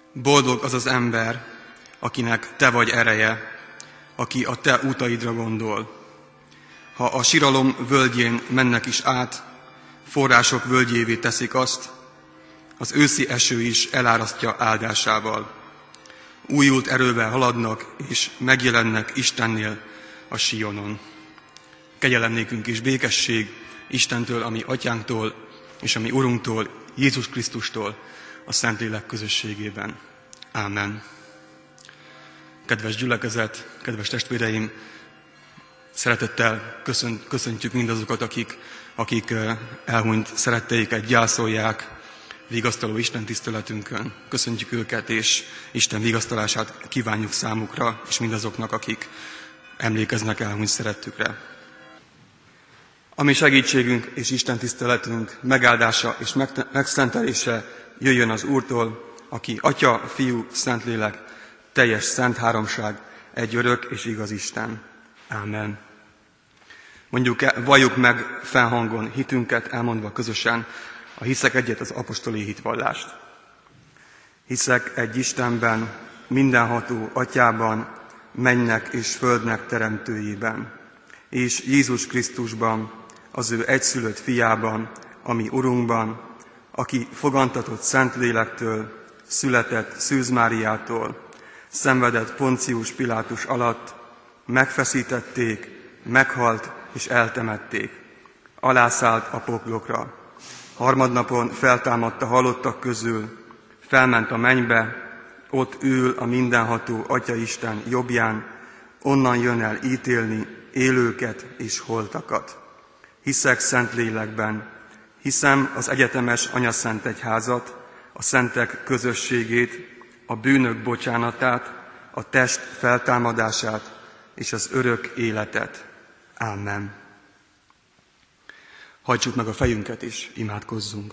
Boldog az az ember, akinek te vagy ereje, aki a te utaidra gondol. Ha a siralom völgyén mennek is át, források völgyévé teszik azt, az őszi eső is elárasztja áldásával. Újult erővel haladnak, és megjelennek Istennél a Sionon. Kegyelem nékünk is békesség Istentől, ami Atyánktól, és ami Urunktól, Jézus Krisztustól, a Szentlélek közösségében. Ámen. Kedves gyülekezet, kedves testvéreim, szeretettel köszöntjük mindazokat, akik elhunyt szeretteiket gyászolják vigasztaló Isten tiszteletünkön. Köszöntjük őket, és Isten vigasztalását kívánjuk számukra, és mindazoknak, akik emlékeznek elhunyt szerettükre. A mi segítségünk és Isten tiszteletünk megáldása és megszentelése jöjjön az Úrtól, aki Atya, Fiú, Szentlélek, teljes szent háromság, egy örök és igaz Isten. Ámen. Valljuk meg fennhangon hitünket, elmondva közösen a hiszek egyet az apostoli hitvallást. Hiszek egy Istenben, mindenható Atyában, mennynek és földnek teremtőjében, és Jézus Krisztusban, az ő egyszülött fiában, ami Urunkban, aki fogantatott Szentlélektől, született Szűz Máriától, szenvedett Poncius Pilátus alatt, megfeszítették, meghalt és eltemették. Alászállt a poklokra. Harmadnapon feltámadt a halottak közül, felment a mennybe, ott ül a mindenható Atyaisten jobbján, onnan jön el ítélni élőket és holtakat. Hiszek Szentlélekben, hiszem az egyetemes Anyaszent Egyházat, a szentek közösségét, a bűnök bocsánatát, a test feltámadását és az örök életet. Ámen. Hajtsuk meg a fejünket és imádkozzunk.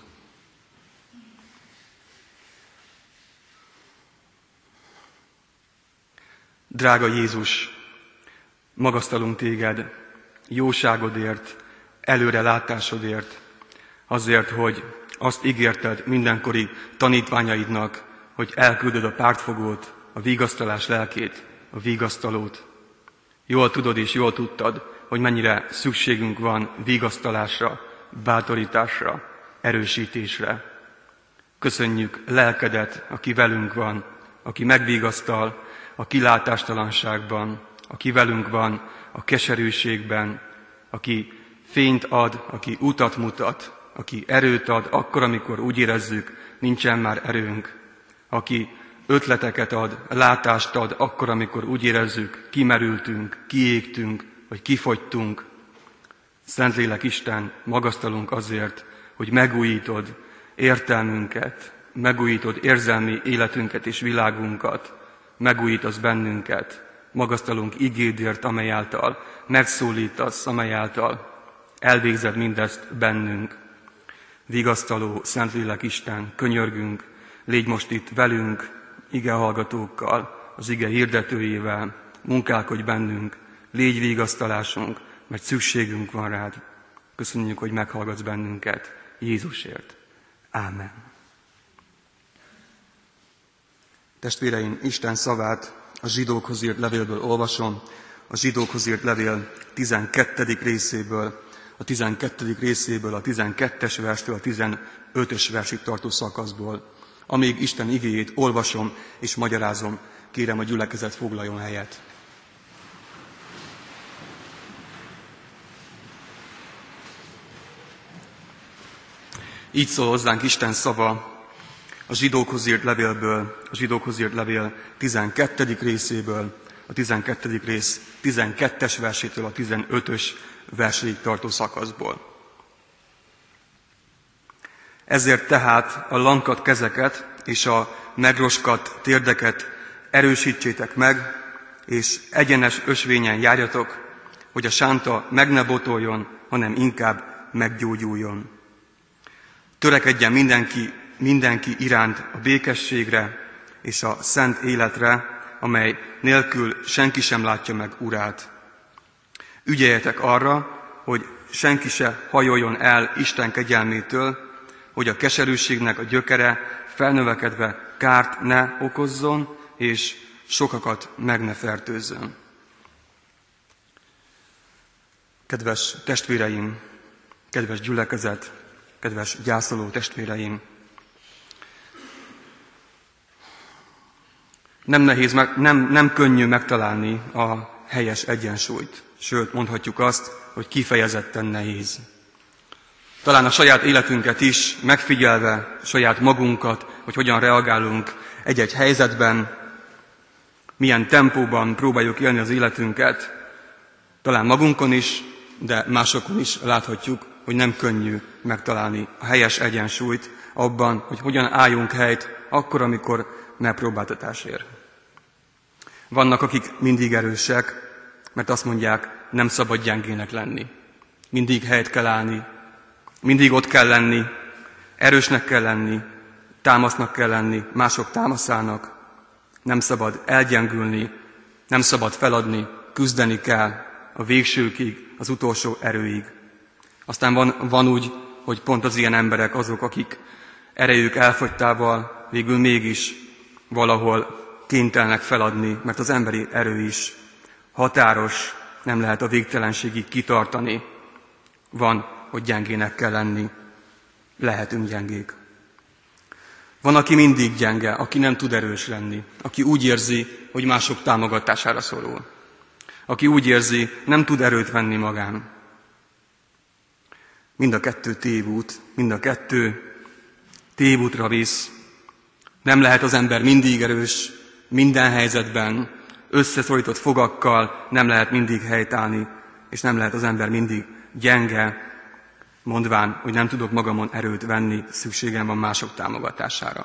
Drága Jézus, magasztalunk téged jóságodért, előrelátásodért, azért, hogy azt ígérted mindenkori tanítványaidnak, hogy elküldöd a pártfogót, a vigasztalás lelkét, a vigasztalót. Jól tudod és jól tudtad, hogy mennyire szükségünk van vigasztalásra, bátorításra, erősítésre. Köszönjük lelkedet, aki velünk van, aki megvigasztal a kilátástalanságban, aki velünk van a keserűségben, aki fényt ad, aki utat mutat, aki erőt ad akkor, amikor úgy érezzük, nincsen már erőnk, aki ötleteket ad, látást ad akkor, amikor úgy érezzük, kimerültünk, kiégtünk, vagy kifogytunk. Szentlélek Isten, magasztalunk azért, hogy megújítod értelmünket, megújítod érzelmi életünket és világunkat, megújítasz bennünket. Magasztalunk igédért, amely által megszólítasz, amely által elvégzed mindezt bennünk. Vigasztaló Szentlélek Isten, könyörgünk, légy most itt velünk, igehallgatókkal, az ige hirdetőjével, munkálkodj bennünk, légy vigasztalásunk, mert szükségünk van rád. Köszönjük, hogy meghallgatsz bennünket Jézusért. Ámen. Testvéreim, Isten szavát a zsidókhoz írt levélből olvasom, a zsidókhoz írt levél 12. részéből, a 12-es verstől a 15-ös versig tartó szakaszból. Amíg Isten igéjét olvasom és magyarázom, kérem a gyülekezet foglaljon helyet. Így szól hozzánk Isten szava a zsidókhoz írt levélből, a zsidókhoz írt levél 12. részéből, a 12. rész 12-es versétől a 15-ös verséig tartó szakaszból. Ezért tehát a lankadt kezeket és a megroskadt térdeket erősítsétek meg, és egyenes ösvényen járjatok, hogy a sánta meg ne botoljon, hanem inkább meggyógyuljon. Törekedjen mindenki iránt a békességre és a szent életre, amely nélkül senki sem látja meg Urát. Ügyeljetek arra, hogy senki se hajoljon el Isten kegyelmétől, hogy a keserűségnek a gyökere felnövekedve kárt ne okozzon, és sokakat meg ne fertőzzön. Kedves testvéreim, kedves gyülekezet, kedves gyászoló testvéreim! Nem könnyű megtalálni a helyes egyensúlyt, sőt mondhatjuk azt, hogy kifejezetten nehéz. Talán a saját életünket is megfigyelve, saját magunkat, hogy hogyan reagálunk egy-egy helyzetben, milyen tempóban próbáljuk élni az életünket, talán magunkon is, de másokon is láthatjuk, hogy nem könnyű megtalálni a helyes egyensúlyt abban, hogy hogyan álljunk helyt akkor, amikor megpróbáltatás ér. Vannak, akik mindig erősek, mert azt mondják, nem szabad gyengének lenni. Mindig helyt kell állni, mindig ott kell lenni, erősnek kell lenni, támasznak kell lenni, mások támaszának. Nem szabad elgyengülni, nem szabad feladni, küzdeni kell a végsőkig, az utolsó erőig. Aztán van úgy, hogy pont az ilyen emberek azok, akik erejük elfogytával végül mégis valahol kénytelenek feladni, mert az emberi erő is határos, nem lehet a végtelenségig kitartani. Van, hogy gyengének kell lenni, lehetünk gyengék. Van, aki mindig gyenge, aki nem tud erős lenni, aki úgy érzi, hogy mások támogatására szorul. Aki úgy érzi, nem tud erőt venni magán. Mind a kettő tévút, mind a kettő tévútra visz. Nem lehet az ember mindig erős, minden helyzetben, összeszorított fogakkal nem lehet mindig helytállni, és nem lehet az ember mindig gyenge, mondván, hogy nem tudok magamon erőt venni, szükségem van mások támogatására.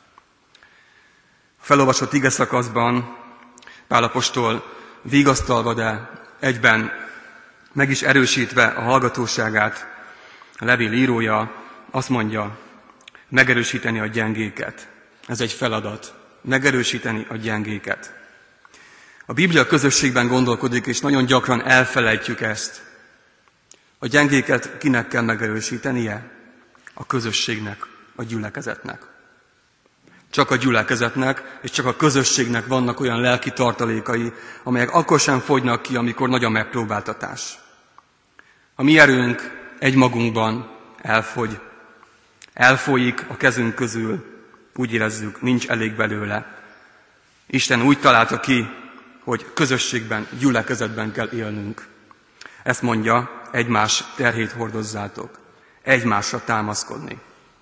A felolvasott igeszakaszban Pál apostol vigasztalva, de egyben meg is erősítve a hallgatóságát, a levél írója azt mondja, megerősíteni a gyengéket. Ez egy feladat, megerősíteni a gyengéket. A Biblia közösségben gondolkodik, és nagyon gyakran elfelejtjük ezt. A gyengéket kinek kell megerősítenie? A közösségnek, a gyülekezetnek. Csak a gyülekezetnek és csak a közösségnek vannak olyan lelki tartalékai, amelyek akkor sem fogynak ki, amikor nagy a megpróbáltatás. A mi erőnk egymagunkban elfogy. Elfolyik a kezünk közül, úgy érezzük, nincs elég belőle. Isten úgy találta ki, hogy közösségben, gyülekezetben kell élnünk. Ezt mondja, egymás terhét hordozzátok, egymásra támaszkodni.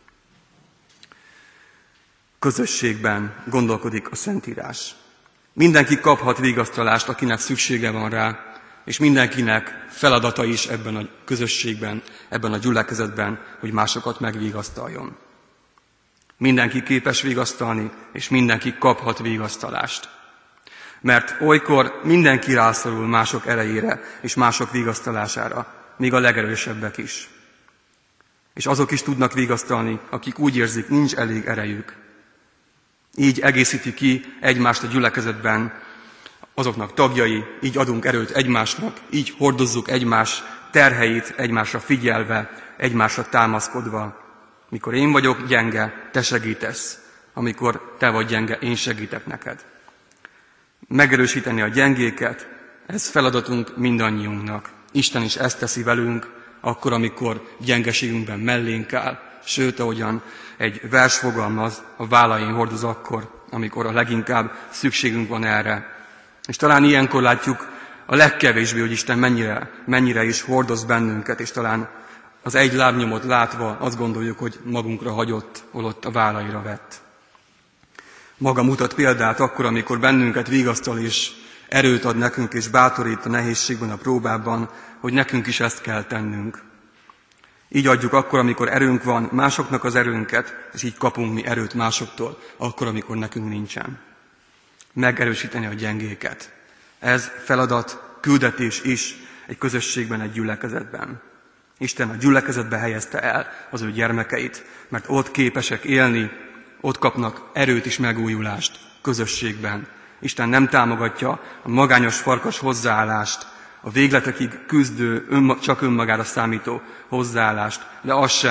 Közösségben gondolkodik a Szentírás. Mindenki kaphat vigasztalást, akinek szüksége van rá, és mindenkinek feladata is ebben a közösségben, ebben a gyülekezetben, hogy másokat megvigasztaljon. Mindenki képes vigasztalni, és mindenki kaphat vigasztalást. Mert olykor mindenki rászorul mások erejére és mások vigasztalására, még a legerősebbek is. És azok is tudnak vigasztalni, akik úgy érzik, nincs elég erejük. Így egészíti ki egymást a gyülekezetben azoknak tagjai, így adunk erőt egymásnak, így hordozzuk egymás terheit, egymásra figyelve, egymásra támaszkodva. Mikor én vagyok gyenge, te segítesz. Amikor te vagy gyenge, én segítek neked. Megerősíteni a gyengéket, ez feladatunk mindannyiunknak. Isten is ezt teszi velünk, akkor, amikor gyengeségünkben mellénk áll. Sőt, ahogyan egy vers fogalmaz, a vállain hordoz akkor, amikor a leginkább szükségünk van erre. És talán ilyenkor látjuk a legkevésbé, hogy Isten mennyire is hordoz bennünket, és talán az egy lábnyomot látva azt gondoljuk, hogy magunkra hagyott, holott a vállaira vett. Maga mutat példát akkor, amikor bennünket vigasztal és erőt ad nekünk, és bátorít a nehézségben, a próbában, hogy nekünk is ezt kell tennünk. Így adjuk akkor, amikor erőnk van, másoknak az erőnket, és így kapunk mi erőt másoktól, akkor, amikor nekünk nincsen. Megerősíteni a gyengéket. Ez feladat, küldetés is egy közösségben, egy gyülekezetben. Isten a gyülekezetbe helyezte el az ő gyermekeit, mert ott képesek élni, ott kapnak erőt és megújulást közösségben. Isten nem támogatja a magányos farkas hozzáállást, a végletekig küzdő, csak önmagára számító hozzáállást, de az sem,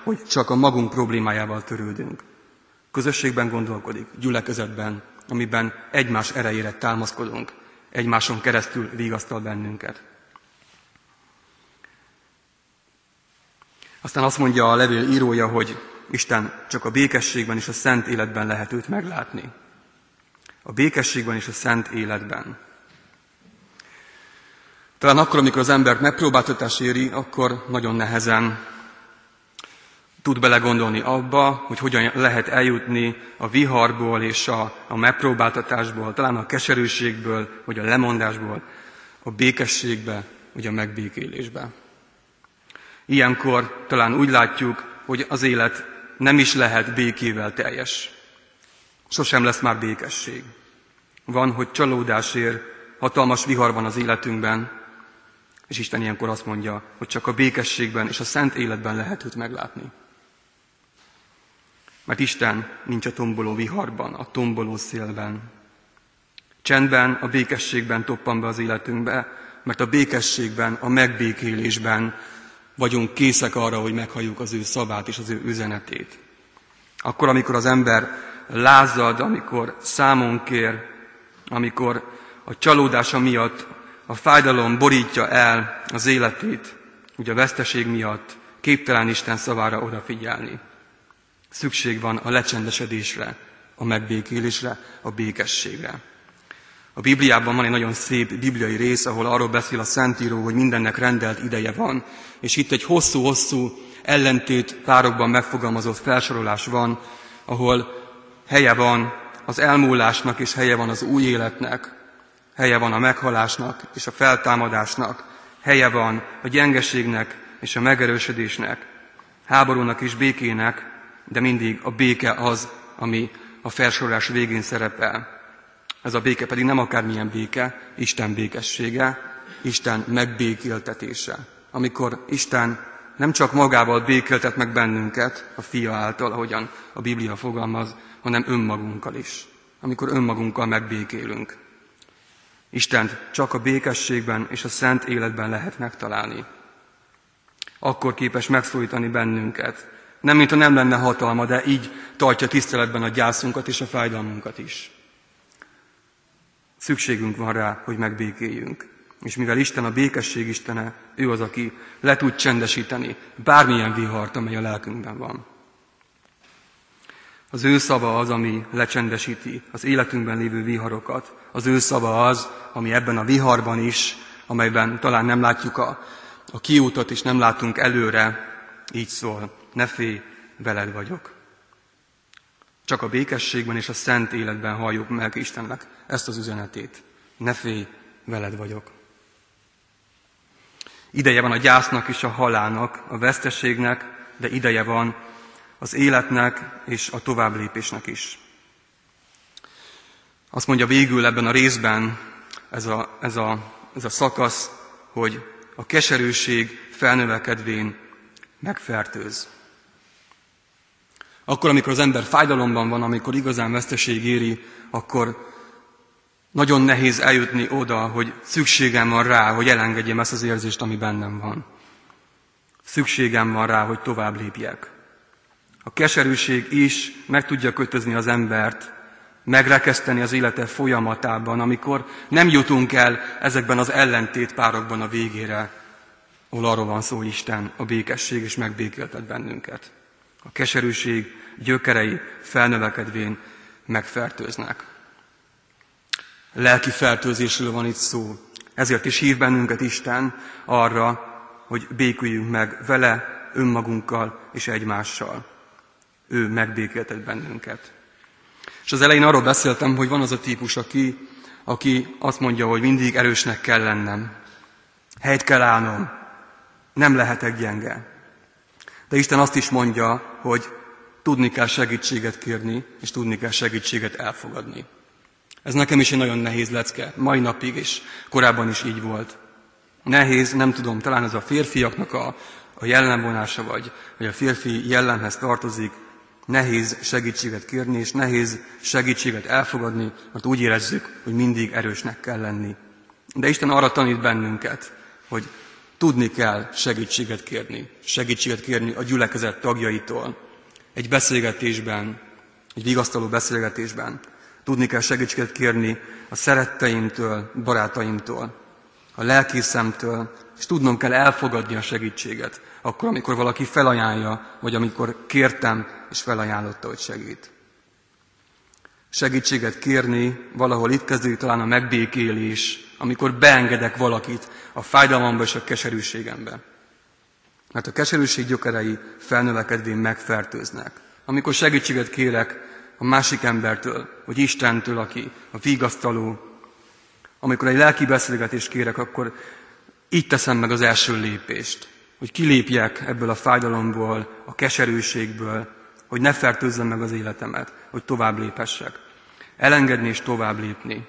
hogy csak a magunk problémájával törődünk. Közösségben gondolkodik, gyülekezetben, amiben egymás erejére támaszkodunk, egymáson keresztül vigasztal bennünket. Aztán azt mondja a levél írója, hogy Isten csak a békességben és a szent életben lehet őt meglátni. A békességben és a szent életben. Talán akkor, amikor az embert megpróbáltatás éri, akkor nagyon nehezen tud belegondolni abba, hogy hogyan lehet eljutni a viharból és a megpróbáltatásból, talán a keserűségből, vagy a lemondásból, a békességbe, vagy a megbékélésbe. Ilyenkor talán úgy látjuk, hogy az élet nem is lehet békével teljes. Sosem lesz már békesség. Van, hogy csalódás ér, hatalmas vihar van az életünkben, és Isten ilyenkor azt mondja, hogy csak a békességben és a szent életben lehet őt meglátni. Mert Isten nincs a tomboló viharban, a tomboló szélben. Csendben, a békességben toppan be az életünkbe, mert a békességben, a megbékélésben vagyunk készek arra, hogy meghalljuk az ő szavát és az ő üzenetét. Akkor, amikor az ember lázad, amikor számon kér, amikor a csalódása miatt a fájdalom borítja el az életét, ugye a veszteség miatt képtelen Isten szavára odafigyelni. Szükség van a lecsendesedésre, a megbékélésre, a békességre. A Bibliában van egy nagyon szép bibliai rész, ahol arról beszél a Szentíró, hogy mindennek rendelt ideje van, és itt egy hosszú-hosszú ellentét párokban megfogalmazott felsorolás van, ahol helye van az elmúlásnak, és helye van az új életnek, helye van a meghalásnak és a feltámadásnak, helye van a gyengeségnek és a megerősödésnek, háborúnak és békének, de mindig a béke az, ami a felsorolás végén szerepel. Ez a béke pedig nem akármilyen béke, Isten békessége, Isten megbékéltetése. Amikor Isten nem csak magával békéltet meg bennünket, a Fia által, ahogyan a Biblia fogalmaz, hanem önmagunkkal is. Amikor önmagunkkal megbékélünk. Istent csak a békességben és a szent életben lehet megtalálni. Akkor képes megszólítani bennünket. Nem, mintha nem lenne hatalma, de így tartja tiszteletben a gyászunkat és a fájdalmunkat is. Szükségünk van rá, hogy megbékéljünk. És mivel Isten a békesség istene, ő az, aki le tud csendesíteni bármilyen vihart, amely a lelkünkben van. Az ő szava az, ami lecsendesíti az életünkben lévő viharokat. Az ő szava az, ami ebben a viharban is, amelyben talán nem látjuk a kiútat és nem látunk előre, így szól: ne félj, veled vagyok. Csak a békességben és a szent életben halljuk meg Istennek ezt az üzenetét. Ne félj, veled vagyok. Ideje van a gyásznak és a halálnak, a veszteségnek, de ideje van az életnek és a továbblépésnek is. Azt mondja végül ebben a részben ez a szakasz, hogy a keserűség felnövekedvén megfertőz. Akkor, amikor az ember fájdalomban van, amikor igazán veszteség éri, akkor nagyon nehéz eljutni oda, hogy szükségem van rá, hogy elengedjem ezt az érzést, ami bennem van. Szükségem van rá, hogy tovább lépjek. A keserűség is meg tudja kötözni az embert, megrekeszteni az élete folyamatában, amikor nem jutunk el ezekben az ellentét párokban a végére, ahol arról van szó, hogy Isten a békesség és megbékéltet bennünket. A keserűség gyökerei felnövekedvén megfertőznek. Lelki fertőzésről van itt szó. Ezért is hív bennünket Isten arra, hogy béküljünk meg vele, önmagunkkal és egymással. Ő megbékéltet bennünket. És az elején arról beszéltem, hogy van az a típus, aki azt mondja, hogy mindig erősnek kell lennem. Helyt kell állnom. Nem lehetek gyenge. De Isten azt is mondja, hogy tudni kell segítséget kérni, és tudni kell segítséget elfogadni. Ez nekem is egy nagyon nehéz lecke, mai napig, és korábban is így volt. Nehéz, nem tudom, talán ez a férfiaknak a jellemvonása, vagy a férfi jellemhez tartozik. Nehéz segítséget kérni, és nehéz segítséget elfogadni, mert úgy érezzük, hogy mindig erősnek kell lenni. De Isten arra tanít bennünket, hogy tudni kell segítséget kérni a gyülekezet tagjaitól. Egy beszélgetésben, egy vigasztaló beszélgetésben tudni kell segítséget kérni a szeretteimtől, barátaimtól, a lelkészemtől, és tudnom kell elfogadni a segítséget, akkor, amikor valaki felajánlja, vagy amikor kértem, és felajánlotta, hogy segít. Segítséget kérni, valahol itt kezdődik talán a megbékélés, amikor beengedek valakit a fájdalmamba és a keserűségembe. Mert a keserűség gyökerei felnövekedvén megfertőznek. Amikor segítséget kérek a másik embertől, vagy Istentől, aki a vigasztaló, amikor egy lelki beszélgetést kérek, akkor így teszem meg az első lépést, hogy kilépjek ebből a fájdalomból, a keserűségből, hogy ne fertőzzem meg az életemet, hogy tovább léphessek. Elengedni és tovább lépni.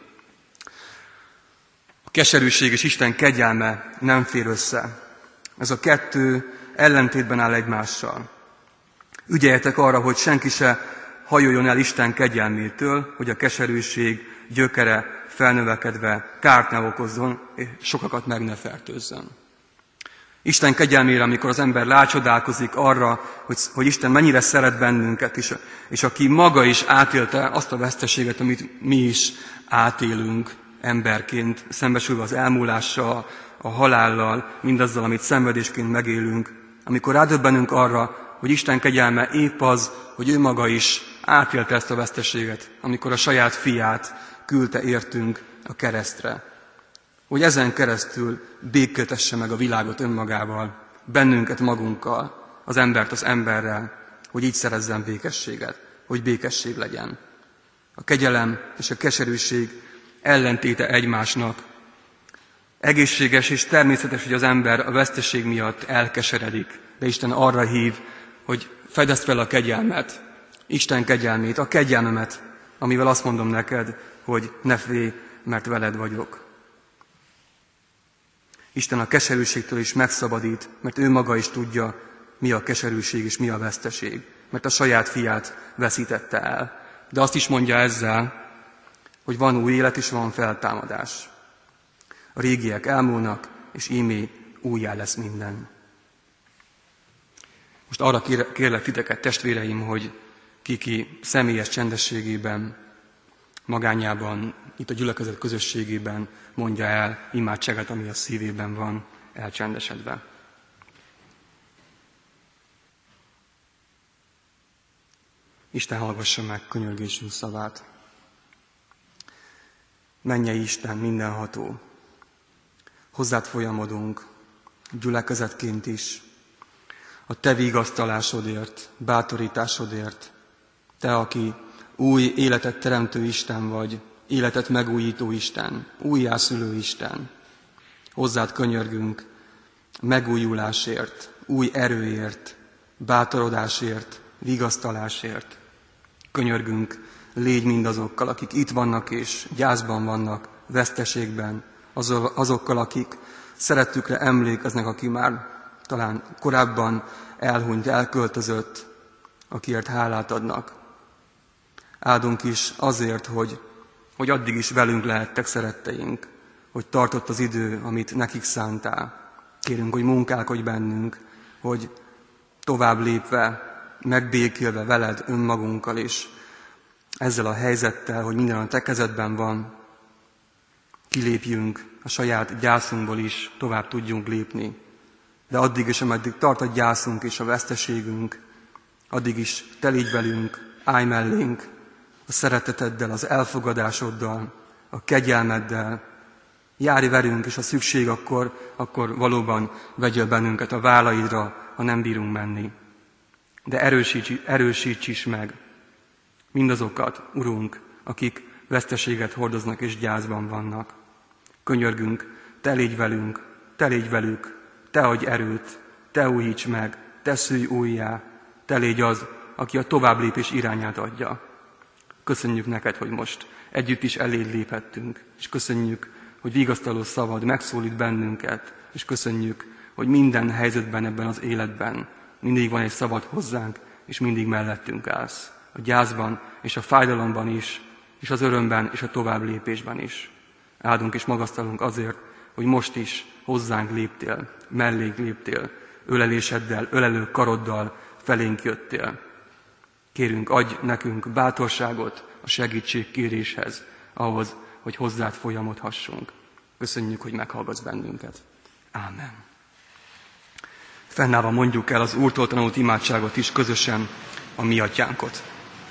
A keserűség és Isten kegyelme nem fér össze. Ez a kettő ellentétben áll egymással. Ügyeljetek arra, hogy senki se hajoljon el Isten kegyelmétől, hogy a keserűség gyökere felnövekedve kárt ne okozzon, és sokakat meg ne fertőzzön. Isten kegyelmére, amikor az ember rácsodálkozik arra, hogy Isten mennyire szeret bennünket, és aki maga is átélte azt a veszteséget, amit mi is átélünk emberként, szembesülve az elmúlással, a halállal, mindazzal, amit szenvedésként megélünk, amikor rádöbbenünk arra, hogy Isten kegyelme épp az, hogy ő maga is átélte ezt a veszteséget, amikor a saját fiát küldte értünk a keresztre. Hogy ezen keresztül békéltesse meg a világot önmagával, bennünket magunkkal, az embert az emberrel, hogy így szerezzen békességet, hogy békesség legyen. A kegyelem és a keserűség ellentéte egymásnak. Egészséges és természetes, hogy az ember a veszteség miatt elkeseredik, de Isten arra hív, hogy fedezd fel a kegyelmet, Isten kegyelmét, a kegyelmemet, amivel azt mondom neked, hogy ne félj, mert veled vagyok. Isten a keserűségtől is megszabadít, mert ő maga is tudja, mi a keserűség és mi a veszteség, mert a saját fiát veszítette el. De azt is mondja ezzel, hogy van új élet és van feltámadás. A régiek elmúlnak, és ímé újjá lesz minden. Most arra kérlek titeket, testvéreim, hogy ki személyes csendességében, magányában, itt a gyülekezet közösségében mondja el imádságát, ami a szívében van, elcsendesedve. Isten hallgassa meg könyörgésünk szavát. Mennyei Isten, mindenható, hozzád folyamodunk, gyülekezetként is, a te vigasztalásodért, bátorításodért, te, aki új életet teremtő Isten vagy, életet megújító Isten, újjászülő Isten. Hozzád könyörgünk megújulásért, új erőért, bátorodásért, vigasztalásért. Könyörgünk, légy mindazokkal, akik itt vannak és gyászban vannak, veszteségben, azokkal, akik szerettükre emlékeznek, aki már talán korábban elhunyt, elköltözött, akiért hálát adnak. Áldunk is azért, hogy addig is velünk lehettek szeretteink, hogy tartott az idő, amit nekik szántál. Kérünk, hogy munkálkodj bennünk, hogy tovább lépve, megbékélve veled, önmagunkkal is, ezzel a helyzettel, hogy minden a te kezedben van, kilépjünk a saját gyászunkból is, tovább tudjunk lépni. De addig is, ameddig tart a gyászunk és a veszteségünk, addig is te légy velünk, állj mellénk, a szereteteddel, az elfogadásoddal, a kegyelmeddel, járj velünk, és ha szükség, akkor valóban vegyél bennünket a vállaidra, ha nem bírunk menni. De erősíts is meg mindazokat, Urunk, akik veszteséget hordoznak és gyászban vannak. Könyörgünk, te légy velünk, te légy velük, te adj erőt, te újíts meg, te szülj újjá, te légy az, aki a továbblépés irányát adja. Köszönjük neked, hogy most együtt is eléd léphettünk, és köszönjük, hogy vigasztaló szavad megszólít bennünket, és köszönjük, hogy minden helyzetben ebben az életben mindig van egy szavad hozzánk, és mindig mellettünk állsz. A gyászban és a fájdalomban is, és az örömben és a továbblépésben is. Áldunk és magasztalunk azért, hogy hogy most is hozzánk léptél, mellénk léptél, öleléseddel, ölelő karoddal felénk jöttél. Kérünk, adj nekünk bátorságot a segítségkéréshez, ahhoz, hogy hozzád folyamodhassunk. Köszönjük, hogy meghallgatsz bennünket. Ámen. Fennállva mondjuk el az Úrtól tanult imádságot is közösen, a mi atyánkot.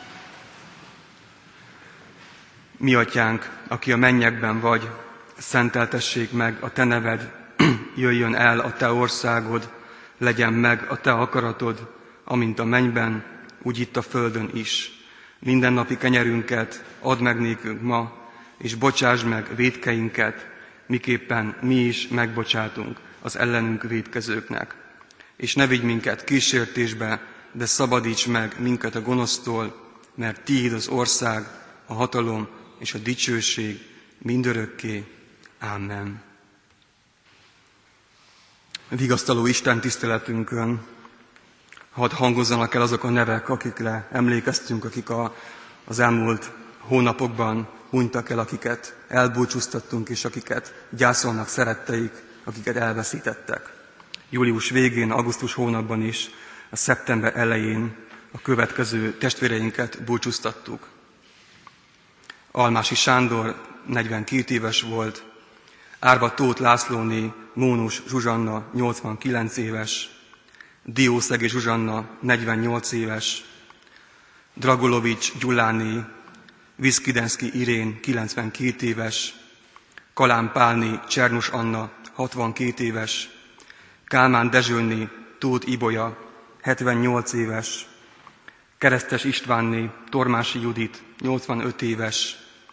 Mi atyánk, aki a mennyekben vagy, szenteltessék meg a te neved, jöjjön el a te országod, legyen meg a te akaratod, amint a mennyben, úgy itt a földön is. Mindennapi kenyerünket add meg nékünk ma, és bocsásd meg vétkeinket, miképpen mi is megbocsátunk az ellenünk vétkezőknek. És ne vigy minket kísértésbe, de szabadíts meg minket a gonosztól, mert tiéd az ország, a hatalom és a dicsőség mindörökké. Ámen. Vigasztaló Isten tiszteletünkön hadd hangozzanak el azok a nevek, akikre emlékeztünk, akik az elmúlt hónapokban hunytak el, akiket elbúcsúztattunk, és akiket gyászolnak szeretteik, akiket elveszítettek. Július végén, augusztus hónapban is, a szeptember elején a következő testvéreinket búcsúztattuk. Almási Sándor 42 éves volt, Árva Tóth Lászlóné, Mónus Zsuzsanna 89 éves, Diószegi Zsuzsanna 48 éves, Dragulovics Gyuláné, Viszkidenszki Irén 92 éves, Kalán Pálné Csernus Anna 62 éves, Kálmán Dezsőné Tóth Ibolya 78 éves, Keresztes Istvánné Tormási Judit 85 éves,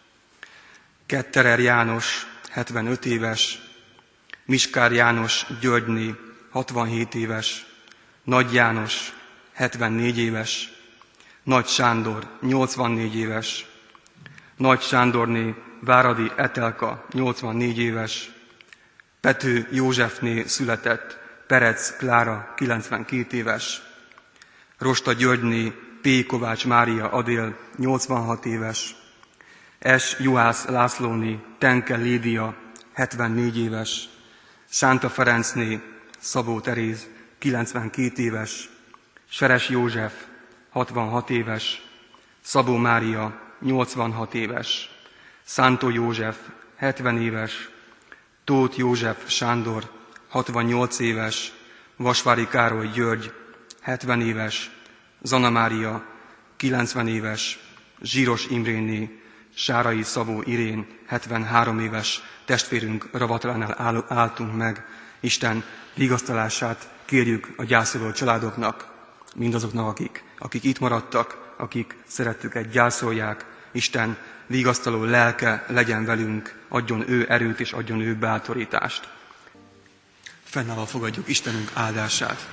Ketterer János 75 éves, Miskár János Györgyné 67 éves, Nagy János 74 éves, Nagy Sándor 84 éves, Nagy Sándorné Váradi Etelka 84 éves, Pető Józsefné született Perec Klára 92 éves, Rosta Györgyné P. Kovács Mária Adél 86 éves, S. Juhász Lászlóné Tenke Lídia 74 éves, Sánta Ferencné Szabó Teréz 92 éves, Seres József 66 éves, Szabó Mária 86 éves, Szántó József 70 éves, Tóth József Sándor 68 éves, Vasvári Károly György 70 éves, Zana Mária 90 éves, Zsíros Imréné Sárai Szabó Irén 73 éves testvérünk ravatalánál álltunk meg. Isten vigasztalását kérjük a gyászoló családoknak, mindazoknak, akik itt maradtak, akik szerettüket gyászolják. Isten vigasztaló lelke legyen velünk, adjon ő erőt és adjon ő bátorítást. Fennállva fogadjuk Istenünk áldását.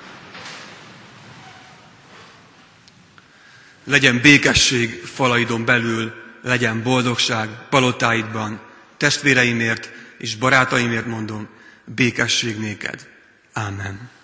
Legyen békesség falaidon belül, legyen boldogság palotáidban, testvéreimért és barátaimért mondom, békesség néked. Ámen.